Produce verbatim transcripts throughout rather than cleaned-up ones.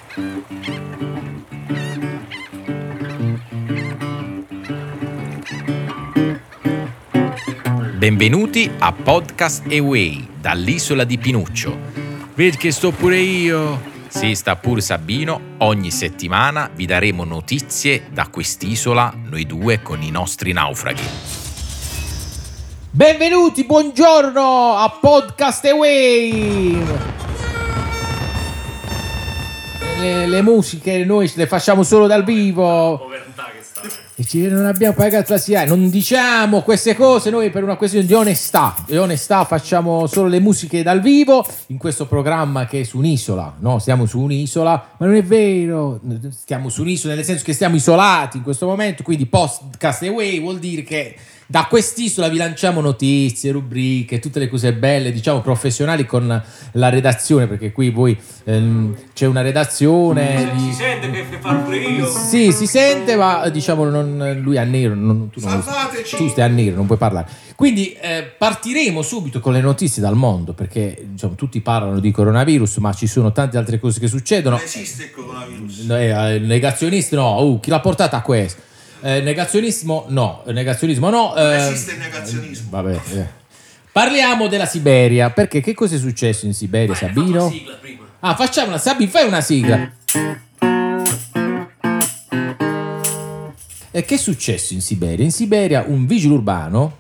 Benvenuti a Podcast Away dall'isola di Pinuccio. Vedi che sto pure io. Sì, sta pure Sabino. Ogni settimana vi daremo notizie da quest'isola, noi due con i nostri naufraghi. Benvenuti, buongiorno a Podcast Away. Le, le musiche noi le facciamo solo dal vivo. E ci, non abbiamo pagato la S I A E, non diciamo queste cose, noi per una questione di onestà, di onestà facciamo solo le musiche dal vivo in questo programma che è su un'isola, no? Stiamo su un'isola, ma non è vero, stiamo su un'isola nel senso che stiamo isolati in questo momento, quindi Podcast Away vuol dire che da quest'isola vi lanciamo notizie, rubriche, tutte le cose belle, diciamo professionali con la redazione, perché qui voi ehm, c'è una redazione. Si, di... si sente che fa pure io. Sì, si sente, ma diciamo non, lui è a nero, non, tu, non, tu stai a nero, non puoi parlare. Quindi eh, partiremo subito con le notizie dal mondo, perché diciamo, tutti parlano di coronavirus, ma ci sono tante altre cose che succedono. Non esiste il coronavirus. Eh, negazionista no, uh, chi l'ha portata a questo? Eh, negazionismo no, negazionismo no. Non eh, esiste il negazionismo. Vabbè, eh. Parliamo della Siberia, perché che cosa è successo in Siberia, Vai, Sabino? una sigla prima. Ah, facciamo una Sabino, fai una sigla. E che è successo in Siberia? In Siberia un vigile urbano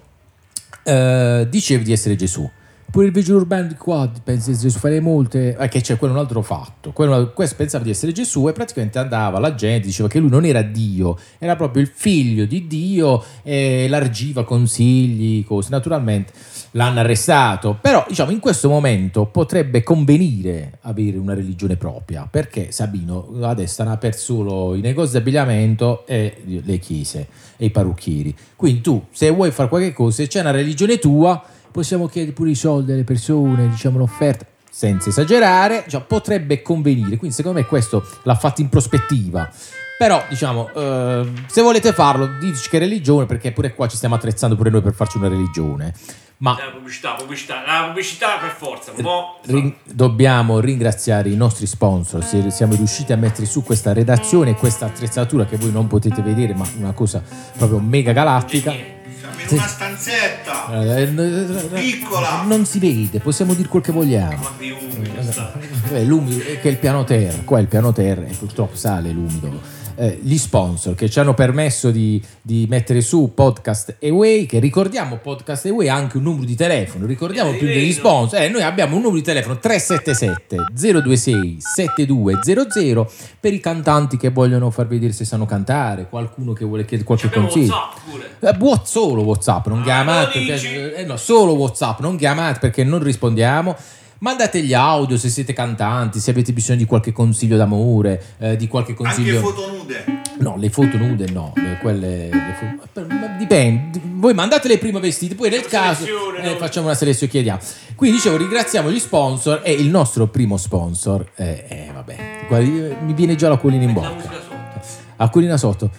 eh, diceva di essere Gesù. Pure il vigile urbano di qua pensa di Gesù fare molte, eh, che c'è quello un altro fatto. Quello, questo pensava di essere Gesù e praticamente andava, la gente diceva che lui non era Dio, era proprio il figlio di Dio e elargiva consigli, cose. Naturalmente l'hanno arrestato, però diciamo in questo momento potrebbe convenire avere una religione propria, perché Sabino adesso stanno aperti solo i negozi di abbigliamento e le chiese e i parrucchieri. Quindi tu, se vuoi fare qualche cosa, se c'è una religione tua, possiamo chiedere pure i soldi alle persone, diciamo un'offerta, senza esagerare, cioè, potrebbe convenire. Quindi secondo me questo l'ha fatto in prospettiva. Però diciamo, eh, se volete farlo, diteci che religione, perché pure qua ci stiamo attrezzando pure noi per farci una religione. Ma La pubblicità, pubblicità, la pubblicità per forza. Mo... rin- dobbiamo ringraziare i nostri sponsor. Se siamo riusciti a mettere su questa redazione e questa attrezzatura che voi non potete vedere, ma una cosa proprio mega galattica. In una stanzetta Eh, piccola. Non si vede, possiamo dire quel che vogliamo. Ma più umido sta. Eh, l'umido, che è il piano terra, qua è il piano terra e purtroppo sale l'umido. Eh, gli sponsor che ci hanno permesso di, di mettere su Podcast Away, che ricordiamo Podcast Away ha anche un numero di telefono, ricordiamo Eh, più degli vedo. sponsor, eh, noi abbiamo un numero di telefono tre sette sette zero due sei sette due zero zero per i cantanti che vogliono far vedere se sanno cantare, qualcuno che vuole chiedere qualche Abbiamo consiglio. WhatsApp pure. Eh, What, solo WhatsApp, non Ah, chiamate lo perché, dici? eh, no, solo WhatsApp, non chiamate perché non rispondiamo. Mandate gli audio se siete cantanti, se avete bisogno di qualche consiglio d'amore, eh, di qualche consiglio. Anche foto nude. No, le foto nude no, le- quelle le fo- per- ma dipende. Voi mandatele prima vestite, poi nel Una caso selezione, eh, no? facciamo una selezione, chiediamo. Quindi dicevo, ringraziamo gli sponsor e il nostro primo sponsor eh, eh, vabbè, guardi, mi viene già l'acquolina in La bocca. musica sotto. Acquolina sotto.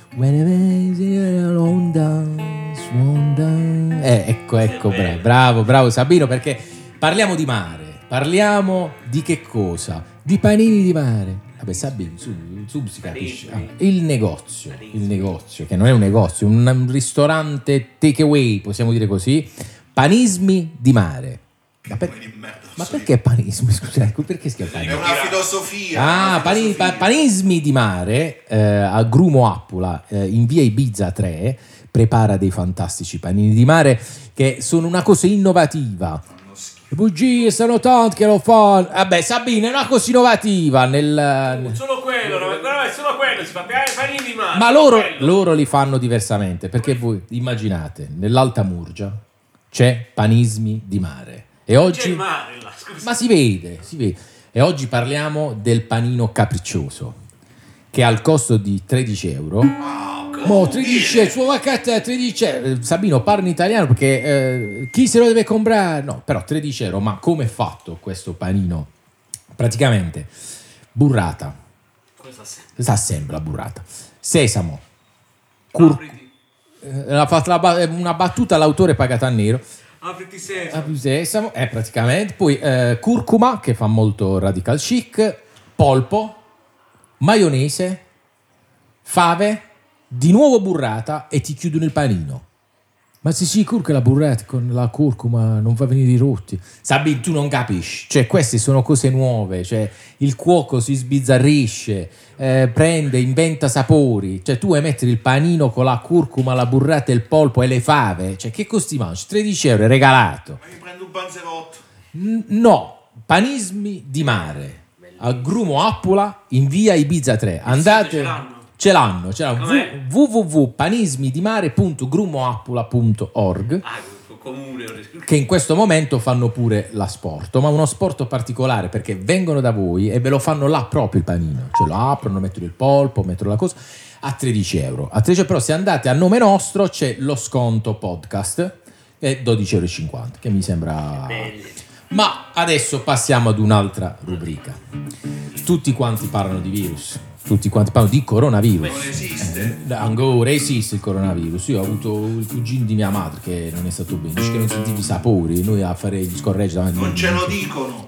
Eh, ecco, ecco, bravo, bravo, bravo Sabino, perché parliamo di mare, parliamo di che cosa? Di panini di mare. Vabbè, Sabino, su, su si capisce. Ah, il negozio, il negozio, che non è un negozio, un, un ristorante takeaway, possiamo dire così. Panismi di mare. Ma, per- Di merda, ma sì. perché panismi? Scusa, perché si chiama È panismi? una filosofia. Ah, una pani- filosofia. pa- panismi di mare eh, a Grumo Appula, eh, in via Ibiza tre, prepara dei fantastici panini di mare che sono una cosa innovativa. Fanno schifo. Le bugie sono tanti che lo fanno. Vabbè, Sabine, è una cosa innovativa nel... Solo quello, no, no, è solo quello, si fa piare panini di mare. Ma loro, quello. loro li fanno diversamente, perché voi immaginate, nell'Alta Murgia c'è panismi di mare. E C'è oggi... il mare là, scusa. Ma si vede, si vede. E oggi parliamo del panino capriccioso, che ha il costo di tredici euro. Mo tredici euro, suo vaccate tredici euro. Sabino, parla in italiano perché eh, chi se lo deve comprare? No, però tredici euro. Ma come è fatto questo panino? Praticamente burrata. Cosa sei? Cosa sembra burrata? Sesamo. Cur- Apriti. eh, ha fatto la ba- una battuta all'autore pagata a nero. Apriti senza. Ah, sesamo, eh, praticamente. Poi eh, curcuma, che fa molto radical chic. Polpo. maionese, fave, di nuovo burrata e ti chiudono il panino. Ma sei sicuro che la burrata con la curcuma non fa venire i rotti? Sabine, tu non capisci. Cioè, queste sono cose nuove. Cioè, il cuoco si sbizzarrisce, eh, prende, inventa sapori. Cioè, tu vuoi mettere il panino con la curcuma, la burrata, il polpo e le fave. Cioè, che costi mangi? tredici euro, è regalato. Ma mi prendo un panzerotto. N- no, panismi di mare. A Grumo Appola, in via Ibiza tre. Andate... Ce l'hanno? Ce l'hanno, ce l'hanno. Com'è? w w w punto panismidimare punto grumoappola punto org, Ah, comune. che in questo momento fanno pure l'asporto, ma uno sporto particolare perché vengono da voi e ve lo fanno là proprio il panino. Ce lo aprono, mettono il polpo, mettono la cosa a tredici euro. A tredici, però se andate a nome nostro c'è lo sconto podcast e dodici euro e cinquanta, che mi sembra... Belli. Ma adesso passiamo ad un'altra rubrica. Tutti quanti parlano di virus. Tutti quanti parlano di coronavirus. Non esiste. Eh, ancora esiste il coronavirus. Io ho avuto il cugino di mia madre che non è stato bene, dice che non sentivi i sapori, noi a fare gli scorreggi davanti. Non ce lo dicono.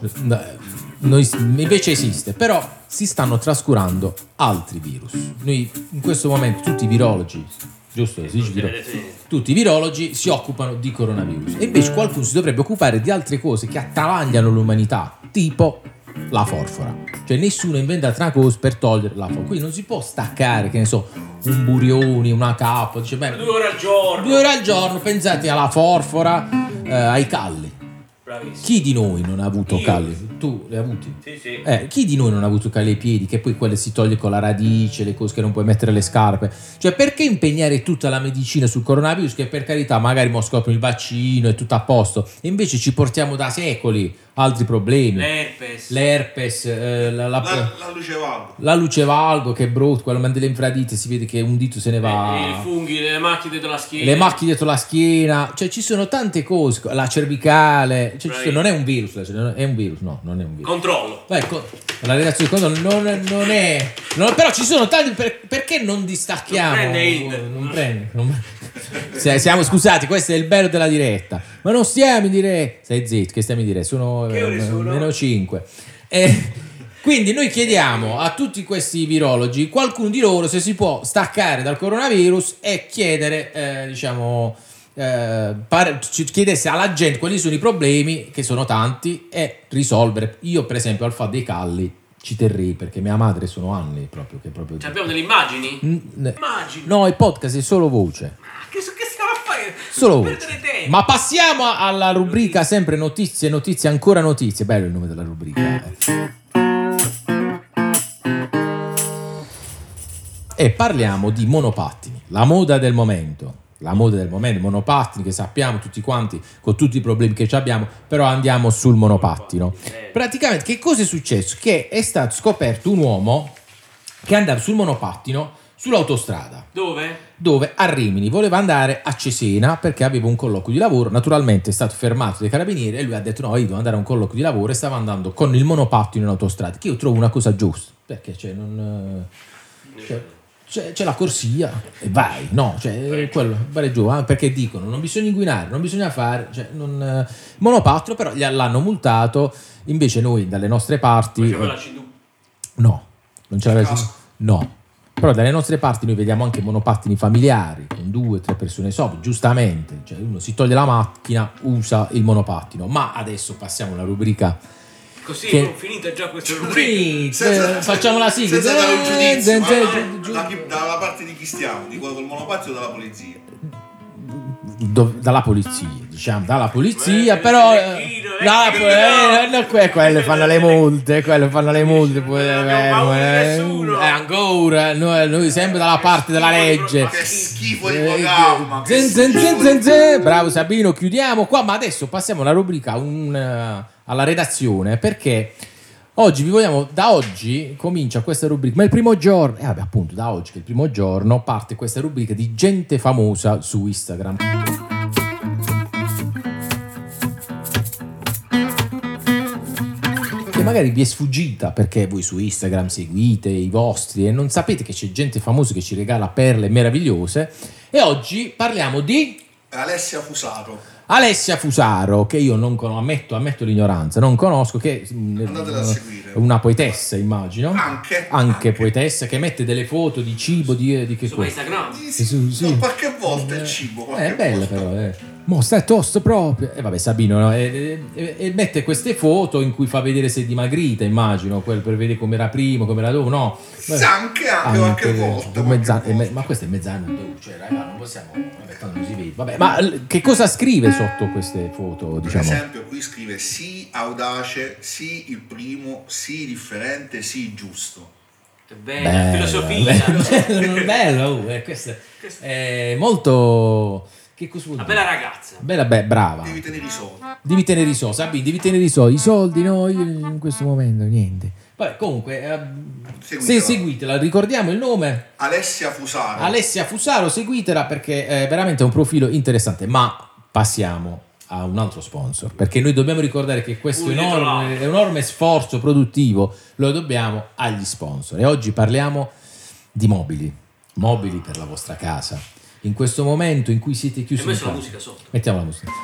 Noi, invece esiste, però si stanno trascurando altri virus. Noi in questo momento tutti i virologi, giusto? Si dice viro- tutti i virologi si occupano di coronavirus e invece qualcuno si dovrebbe occupare di altre cose che attanagliano l'umanità, tipo la forfora. Cioè nessuno inventa una cosa per togliere la forfora. Quindi non si può staccare, che ne so, un burioni, una cappa, dice beh, Due ore al giorno. due ore al giorno, pensate alla forfora, eh, ai calli. Bravissimo. Chi di noi non ha avuto Io. calli? Tu li hai avuti? Sì, sì. Eh, chi di noi non ha avuto calli ai piedi, che poi quelle si toglie con la radice, le cose che non puoi mettere le scarpe? Cioè, perché impegnare tutta la medicina sul coronavirus, che per carità magari mo scoprono il vaccino e tutto a posto, e invece ci portiamo da secoli altri problemi. L'herpes. L'herpes, eh, la, la, La, la luce valgo. la luce valgo, che è brutto, quello delle infradite, si vede che un dito se ne va. I funghi, le macchie dietro la schiena. Le macchie dietro la schiena, cioè ci sono tante cose, la cervicale, cioè, ci sono- non è un virus, è un virus, no, non è un virus. Controllo. Ecco, la redazione di controllo non, non è, non- però ci sono tanti, per- perché non distacchiamo? Non prende internet. Non prende, non- Se- siamo scusati, questo è il bello della diretta, ma non stiamo in diretta, stai zitto, che stiamo in diretta, sono, Che ore eh, sono? meno cinque. E quindi noi chiediamo a tutti questi virologi, qualcuno di loro se si può staccare dal coronavirus e chiedere, eh, diciamo, eh, pare- ci chiedesse alla gente quali sono i problemi, che sono tanti, e risolvere. Io per esempio al fatto dei calli ci terrei, perché mia madre sono anni proprio che proprio... Cioè, abbiamo delle immagini? Mm, ne- Immagini. No, il podcast è solo voce. Che, che stiamo a fare? Solo Non voce. perdere tempo. Ma passiamo alla rubrica sempre notizie, notizie, ancora notizie. Bello il nome della rubrica. eh. E parliamo di monopattini, la moda del momento. La moda del momento, monopattini che sappiamo tutti quanti con tutti i problemi che ci abbiamo, però andiamo sul monopattino. Praticamente che cosa è successo? Che è stato scoperto un uomo che andava sul monopattino sull'autostrada, Dove? dove a Rimini voleva andare a Cesena perché aveva un colloquio di lavoro. Naturalmente è stato fermato dai carabinieri e lui ha detto no, io devo andare a un colloquio di lavoro, e stava andando con il monopattino in autostrada, che io trovo una cosa giusta, perché cioè non... Cioè, c'è, c'è la corsia e vai, no, cioè quello, vai giù, eh, perché dicono non bisogna inquinare, non bisogna fare, cioè non... eh, monopattino, però gli- l'hanno multato, invece noi dalle nostre parti... Faceva eh, la C D U. No, non ce l'avete? Casco. No. Però dalle nostre parti noi vediamo anche monopattini familiari con due o tre persone sopra, giustamente, cioè uno si toglie la macchina, usa il monopattino. Ma adesso passiamo alla rubrica. Così, Che- non finita già questa rubrica. Sì, Senza- eh, facciamo la sigla. Senza dare un giudizio. Eh, ma eh, no, giu- da chi- dalla parte di chi stiamo? Di quello col monopattino o dalla polizia? do- dalla polizia, diciamo, dalla polizia, Eh, però il eh, vecchino, dalla- vecchino, eh, no, que- quelle fanno le multe, quelle fanno le multe, poi, Non eh, abbiamo paura di eh, nessuno. eh, ancora, noi, noi sempre dalla parte della legge. Che schifo di Eh, programma. che zin, zin, schifo zin, di- zin, zin. Bravo Sabino, chiudiamo qua, ma adesso passiamo alla rubrica un, eh, alla redazione, perché oggi vi vogliamo, da oggi comincia questa rubrica, ma il primo giorno, eh vabbè appunto da oggi che è il primo giorno parte questa rubrica di gente famosa su Instagram. Che magari vi è sfuggita perché voi su Instagram seguite i vostri e non sapete che c'è gente famosa che ci regala perle meravigliose, e oggi parliamo di Alessia Fusato. Alessia Fusaro, che io non conosco, ammetto, ammetto l'ignoranza, non conosco, che Andatela a seguire. una poetessa, immagino. Anche. Anche Anche. poetessa, che mette delle foto di cibo, di, di che Su cosa. Instagram. Sì, sì. Sì, sì. No, qualche volta il cibo. Eh, Qualche è bella volta. però, eh. Mo sta tosto proprio. E vabbè, Sabino, no? e, e- e mette queste foto in cui fa vedere se è dimagrita, immagino, quel per vedere come era prima, come era dopo, no? Sì, anche, anche qualche volta. un mezza- qualche eh, me- volta. ma questo è mezzano, cioè raga, non possiamo, vabbè, tanto non si vede. Vabbè, ma l- che cosa scrive sotto queste foto, Per diciamo? esempio, qui scrive sì audace, sì il primo, sì differente, sì giusto. È bella, filosofia. bello, bello, oh, eh, questo è molto, che cosa vuol Una dire? bella ragazza. Bella, beh, brava. Devi tenere i soldi. Devi tenere i soldi, Sabì, devi tenere i soldi. I soldi, no, io in questo momento niente. Vabbè, comunque, eh, se Seguitela. seguitela, ricordiamo il nome. Alessia Fusaro. Alessia Fusaro, seguitela perché è veramente un profilo interessante. Ma passiamo a un altro sponsor, perché noi dobbiamo ricordare che questo Un dietro enorme, l'altro. enorme sforzo produttivo lo dobbiamo agli sponsor. E oggi parliamo di mobili, mobili per la vostra casa. In questo momento in cui siete chiusi Hai in messo la casa. musica sotto. Mettiamo la musica.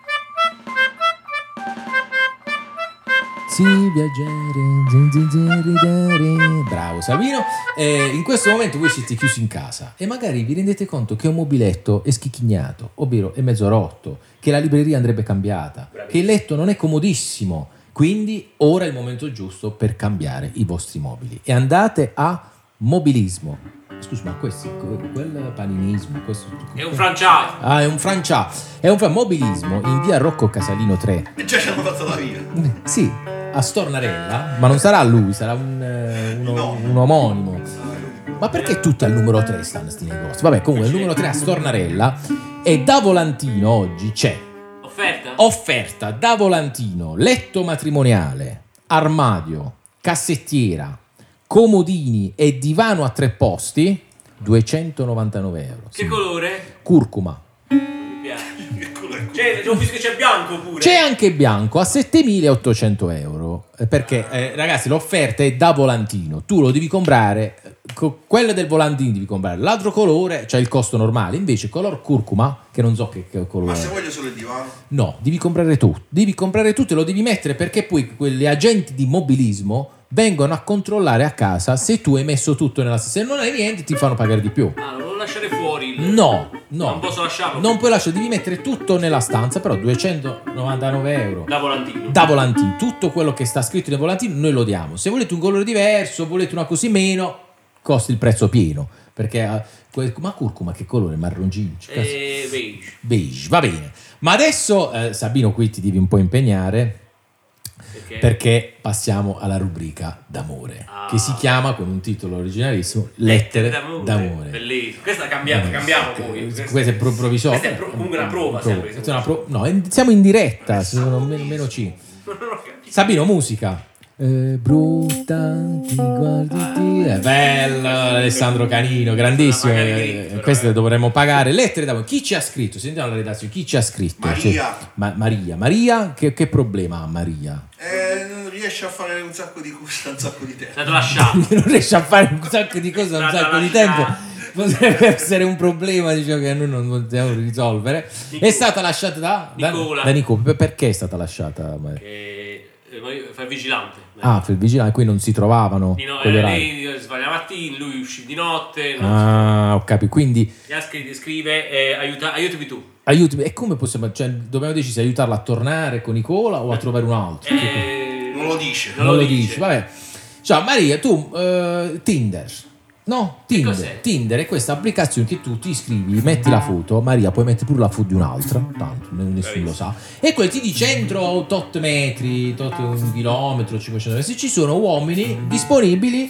Sì, viaggiare, zin, zin, zin, ridere. Bravo Sabino. Eh, in questo momento voi siete chiusi in casa e magari vi rendete conto che un mobiletto è schichignato, ovvero è mezzo rotto, che la libreria andrebbe cambiata, che il letto non è comodissimo. Quindi ora è il momento giusto per cambiare i vostri mobili e andate a Mobilismo. Scusa, ma questo quel paninismo, questo È un franchise. Ah, è un franchise. È un fra- Mobilismo in via Rocco Casalino tre. E già ci hanno fatto la via. Sì, a Stornarella, ma non sarà lui, sarà un, eh, uno- No. un omonimo. Ma perché tutti al numero tre stanno sti negozi? Vabbè, comunque il numero tre a Stornarella e da volantino oggi c'è Offerta? offerta da volantino, letto matrimoniale, armadio, cassettiera, comodini e divano a tre posti, duecentonovantanove euro. Che Sì. colore? Curcuma. Mi piace. Che culo è? C'è, ho visto che c'è bianco pure. C'è anche bianco a settemilaottocento euro, eh, perché eh, ragazzi l'offerta è da volantino, tu lo devi comprare, eh, co- quello del volantino devi comprare, l'altro colore c'è il costo normale, invece color curcuma, che non so che, che colore Ma se è. voglio solo il divano? No, devi comprare tu, devi comprare tutto e lo devi mettere perché poi quegli agenti di mobilismo vengono a controllare a casa se tu hai messo tutto nella stessa. Se non hai niente ti fanno pagare di più. Ah, non lo lasciare fuori. il- No, no. Non posso lasciarlo. Non puoi lasciare, devi mettere tutto nella stanza, però duecentonovantanove euro. Da volantino. Da volantino, tutto quello che sta scritto nel volantino noi lo diamo. Se volete un colore diverso, volete una così meno, costa il prezzo pieno. Perché eh, que- ma curcuma che colore? Marroncino? Eh, beige. Beige, va bene. Ma adesso eh, Sabino qui ti devi un po' impegnare Perché? perché passiamo alla rubrica d'amore, Ah. che si chiama con un titolo originalissimo Lettere d'amore. Bellissimo. Questa cambiamo, cambiamo poi. Questa è pro- provvisoria. Questa è pro- comunque una prova, Pro- sempre. questa è una pro- no, in- siamo in diretta, sono meno, meno cinque. Non ho capito. Sabino, musica. Eh, brutta, ti guardi, ti... È bello, Alessandro Canino, grandissimo. Bisogna eh, pagare i diritti, però, Queste eh. dovremmo pagare. Lettere d'amore. Chi ci ha scritto? Sentiamo la redazione. Chi ci ha scritto? Maria. Cioè, ma- Maria. Maria, che, che problema ha Maria? Eh, non riesce a fare un sacco di cose da un sacco di È tempo. stato lasciato. Non riesce a fare un sacco di cose da un Stata sacco di lasciata. tempo. Potrebbe essere un problema, diciamo, che noi non possiamo risolvere. Nico. È stata lasciata da, da, Nicola. da Nico. Per- Perché è stata lasciata? Maria? Che eh, voglio- fa il vigilante. Ah, per il vigilante, qui non si trovavano Di no- quegli eh, orari. lei sveglia la mattina, lui uscì di notte. non Ah, ho capito. Quindi si- Gli ha scritto, scrive, eh, aiuta, aiutami tu. aiutami. E come possiamo? Cioè, dobbiamo decidere se aiutarla a tornare con Nicola o a trovare un altro. Eh, Non lo dice. non non lo lo dice. dici. Vabbè. Ciao Maria, tu eh, Tinder. No, Tinder. cos'è? Tinder è questa applicazione che tu ti iscrivi, metti la foto, Maria, puoi mettere pure la foto di un'altra, tanto n- nessuno lo sa. E quello ti dice entro tot metri, tot un chilometro, cinquecento metri, se ci sono uomini disponibili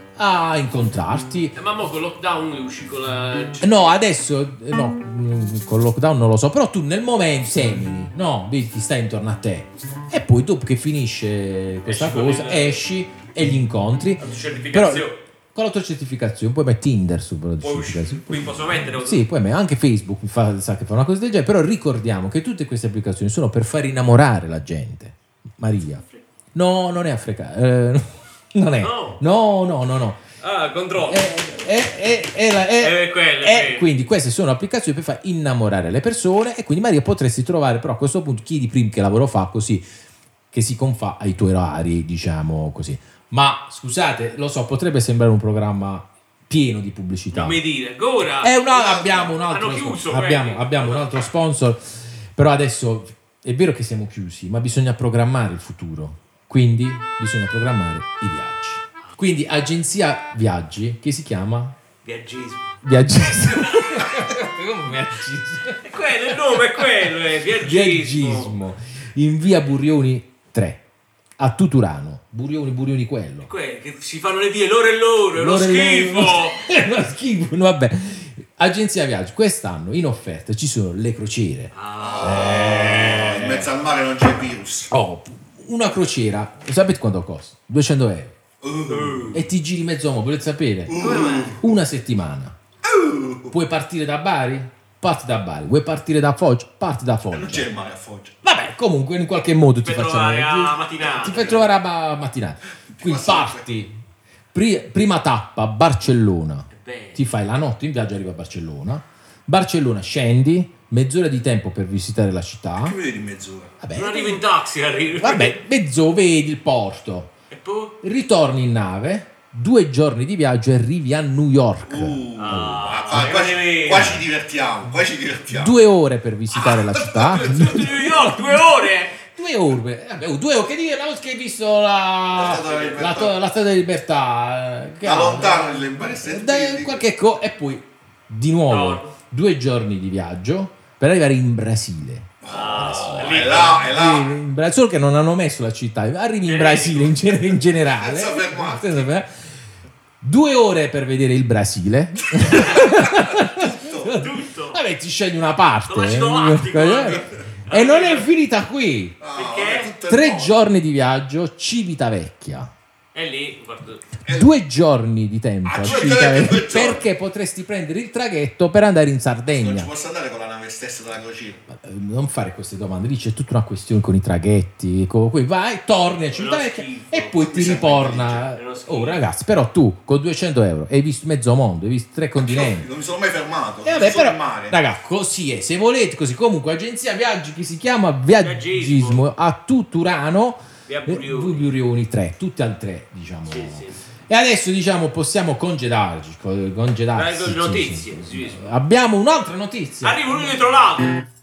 a incontrarti. Eh, ma mo con il lockdown lui uscì con la... No, adesso eh, no, mm, con il lockdown non lo so, però tu nel momento semini, no, vedi, ti stai intorno a te e poi dopo che finisce questa Esci con cosa il- esci e li incontri. Però certificazione. con la tua certificazione, poi metti Tinder su per la Poi uscì. certificazione. Qui posso mettere... Sì, poi me- anche Facebook fa, sa che fa una cosa del genere, però ricordiamo che tutte queste applicazioni sono per far innamorare la gente. Maria. No, non è africana. Eh, non è. No. No, no, no, no. Ah, controllo. Eh, è, è, è, la- è- È quello, è- sì. quindi queste sono applicazioni per far innamorare le persone, e quindi Maria potresti trovare, però a questo punto chiedi prima che lavoro fa, così che si confà ai tuoi orari, diciamo così. Ma scusate, lo so, potrebbe sembrare un programma pieno di pubblicità. Non mi dire, ancora. È una- abbiamo un altro Hanno chiuso, sponsor, abbiamo, quelli. abbiamo un altro sponsor, però adesso è vero che siamo chiusi, ma bisogna programmare il futuro, quindi bisogna programmare i viaggi. Quindi agenzia viaggi che si chiama Viaggismo. Viaggismo. Come Viaggismo? È quello, il nome è quello, è Viaggismo. Viaggismo in via Burioni tre a Tuturano. Burioni, Burioni quello. Que- che si fanno le vie loro e loro, è uno Loro- schifo. È uno schifo, no, vabbè. Agenzia viaggi, quest'anno in offerta ci sono le crociere. Eh, in mezzo al mare non c'è virus. Oh, una crociera, sapete quanto costa? duecento euro. Uh, E ti giri mezzo mondo, volete sapere? Come mai? Una settimana. Puoi partire da Bari? Parti da Bari. Vuoi partire da Foggia? Parti da non Foggia. c'è il mare a Foggia. Vabbè, comunque in qualche modo ti Ti fai facciamo trovare a mattinata. Ti fai trovare a ma- mattinata. Quindi fa sempre. parti. Pri- prima tappa Barcellona. Bene. Ti fai la notte in viaggio, arriva a Barcellona. Barcellona scendi, mezz'ora di tempo per visitare la città. Che vedi in mezz'ora? Vabbè, Non arrivo in taxi, arrivo. vabbè, mezzo vedi il porto. E poi? Ritorni in nave, due giorni di viaggio e arrivi a New York. Uh, Ah, ah, qua, rimane ci, bene. qua ci divertiamo, qua ci divertiamo. Due ore per visitare la città. New York, due ore. Due ore, vabbè, oh, due ore, che dire, una volta che hai visto la, La Statua della Libertà. la to- la Statua della Libertà, eh, che Da ha- lontano nelle imprese. da- qualche co- e poi di nuovo No. due giorni di viaggio per arrivare in Brasile. Ah, È là, è là. Arrivi in Bra- solo che non hanno messo la città, arrivi in Eh. Brasile in, gen- in generale. Senza fermarti. Senza fer- Due ore per vedere il Brasile. tutto. Vabbè, ti scegli una parte. Come eh. Cinovatico, E non è finita qui. Ah, Perché? è tutto Tre nuovo. giorni di viaggio, Civitavecchia. E lì, guarda. Due giorni di tempo Ah, a due Civitavecchia, giorni, due giorni. perché potresti prendere il traghetto per andare in Non ci Sardegna. posso andare con la nave stessa della crociera. Eh, Non fare queste domande, lì c'è tutta una questione con i traghetti. Con cui vai, torni a Civitavecchia schifo. e poi ti Mi sembra riporna. È uno schifo. Oh, ragazzi, però tu con duecento euro hai visto mezzo mondo, hai visto tre continenti. Non mi sono mai fermato. E vabbè, sono però, in mare. raga, così è. Se volete, così comunque, agenzia viaggi che si chiama Viaggismo a Tuturano, Via eh, Burioni. Burioni tre, tutte al tre, diciamo. Sì, sì. E adesso, diciamo, possiamo congedarci. co- congedarci Dai, sì, notizie, sì, sì, sì. sì. Abbiamo un'altra notizia. Arrivo lui dietro l'altro.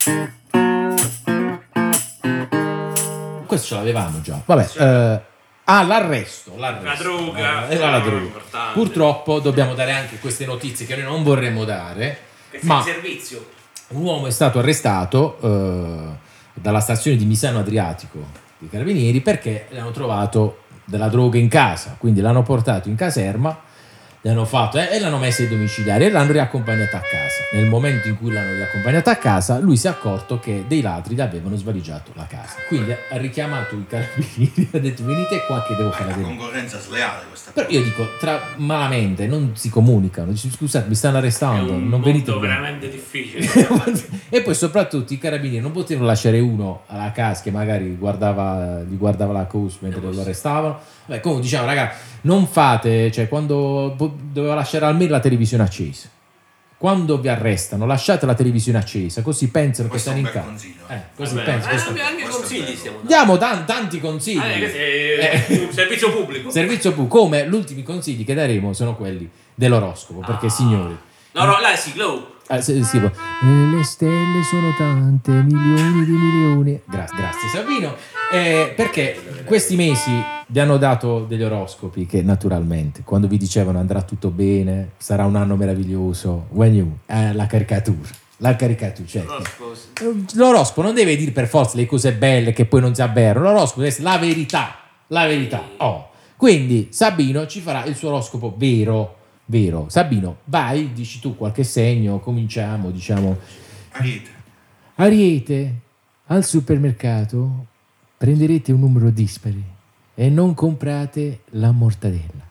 Questo ce l'avevamo già. Vabbè, eh, ah, l'arresto, l'arresto. La droga. Eh, era la Ah, droga. importante. Purtroppo dobbiamo dare anche queste notizie che noi non vorremmo dare. Questo Ma è il servizio. un uomo è stato arrestato eh, dalla stazione di Misano Adriatico dei Carabinieri perché le hanno trovato della droga in casa, quindi l'hanno portato in caserma, le hanno fatto eh, e l'hanno messo ai domiciliari e l'hanno riaccompagnato a casa. Nel momento in cui l'hanno riaccompagnato a casa, lui si è accorto che dei ladri gli avevano svaligiato la casa, quindi ha richiamato i carabinieri e ha detto venite qua che devo È fare la una denuncia. concorrenza sleale questa. Però io dico, tra malamente non si comunicano, dici scusate mi stanno È arrestando, un non venite mondo qui. veramente difficile. E poi soprattutto i carabinieri non potevano lasciare uno alla casa che magari guardava, gli guardava la cosa mentre lo arrestavano. Beh, comunque diciamo raga, non fate, cioè quando po- doveva lasciare almeno la televisione accesa. Quando vi arrestano lasciate la televisione accesa, così pensano Questo che è un stanno in bel casa. consiglio. Eh, così Vabbè, pensano. eh, questo- abbiamo anche questo è consigli bello. stiamo dando. Diamo tan- tanti consigli. Ah, eh, questo è Eh. un servizio pubblico. Servizio pubblico, come gli ultimi consigli che daremo sono quelli dell'oroscopo, perché Ah. signori, No, no, là sì, Glow. ah, se- sì, eh, le stelle sono tante, milioni di milioni. Gra- grazie Sabino. Eh, perché questi mesi vi hanno dato degli oroscopi che naturalmente quando vi dicevano andrà tutto bene, sarà un anno meraviglioso, when you, eh, la caricatura, la caricatura, cioè, l'oroscopo non deve dire per forza le cose belle che poi non si avverano, l'oroscopo deve essere la verità, la verità. Oh. Quindi Sabino ci farà il suo oroscopo vero, vero. Sabino, vai, dici tu qualche segno, cominciamo, diciamo. Ariete. Ariete, al supermercato prenderete un numero dispari e non comprate la mortadella.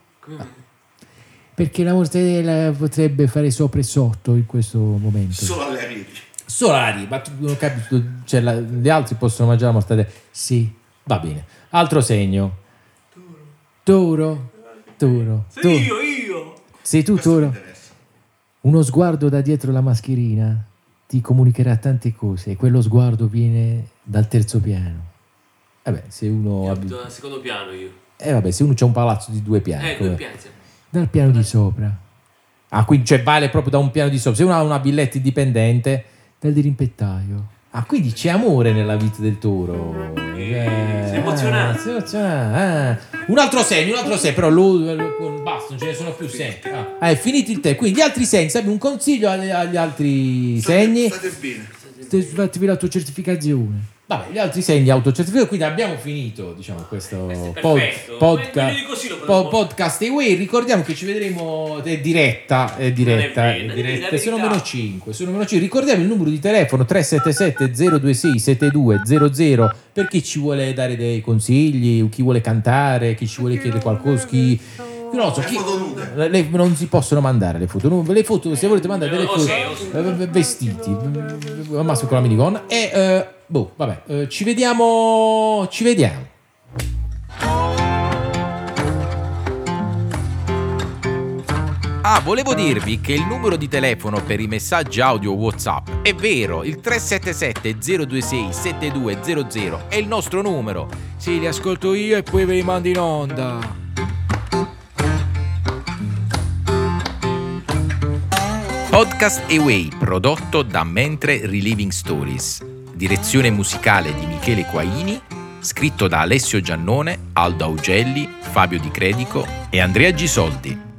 Perché la mortadella potrebbe fare sopra e sotto in questo momento. Solo alle Arieti. Solo Ari, ma tu non capisci, cioè la- gli altri possono mangiare la mortadella? Sì, va bene. Altro segno. Toro. Toro. Sì, Toro. io, io. Se tu Questo mi Toro, interessa. uno sguardo da dietro la mascherina ti comunicherà tante cose e quello sguardo viene dal terzo piano. Vabbè, se uno Io abbi- abito al secondo piano io. eh vabbè, se uno c'ha un palazzo di due piani, Eh, come- due piani. sì. dal piano di sopra. Ah, quindi cioè vale proprio da un piano di sopra. Se uno ha una villetta indipendente, dal dirimpettaio. Ah, quindi c'è amore nella vita del toro. Eh, sei emozionato. ah, sei emozionato, ah. Un altro segno, un altro segno, però lo, lo- basta, non ce ne sono più segni. Ah, ah, è finito il tempo. Quindi gli altri segni, sappi un consiglio agli, agli altri State- segni. State bene. Fatti l'autocertificazione. Vabbè, gli altri segni autocertificati, quindi abbiamo finito, diciamo, questo Questo è pod- perfetto. podca- Meglio di così lo po- potremmo- podcast away. Ricordiamo che ci vedremo è diretta, è diretta, Non è è vero, diretta. la Sono verità. meno cinque, sono meno cinque. Ricordiamo il numero di telefono tre sette sette zero due sei sette due zero zero per chi ci vuole dare dei consigli, chi vuole cantare, chi ci vuole chiedere qualcosa, chi non so, Le chi- foto nude. le- non si possono mandare le foto, nude. le foto se volete mandare delle O foto sì, o sì. eh, vestiti al massimo con la minigonna e eh, boh vabbè eh, ci vediamo ci vediamo Ah, volevo dirvi che il numero di telefono per i messaggi audio WhatsApp è vero, il tre sette sette zero due sei sette due zero zero è il nostro numero. Sì, li ascolto io e poi ve li mando in onda. Podcast Away, prodotto da Mentre Reliving Stories. Direzione musicale di Michele Quaini, scritto da Alessio Giannone, Aldo Augelli, Fabio Di Credico e Andrea Gisoldi.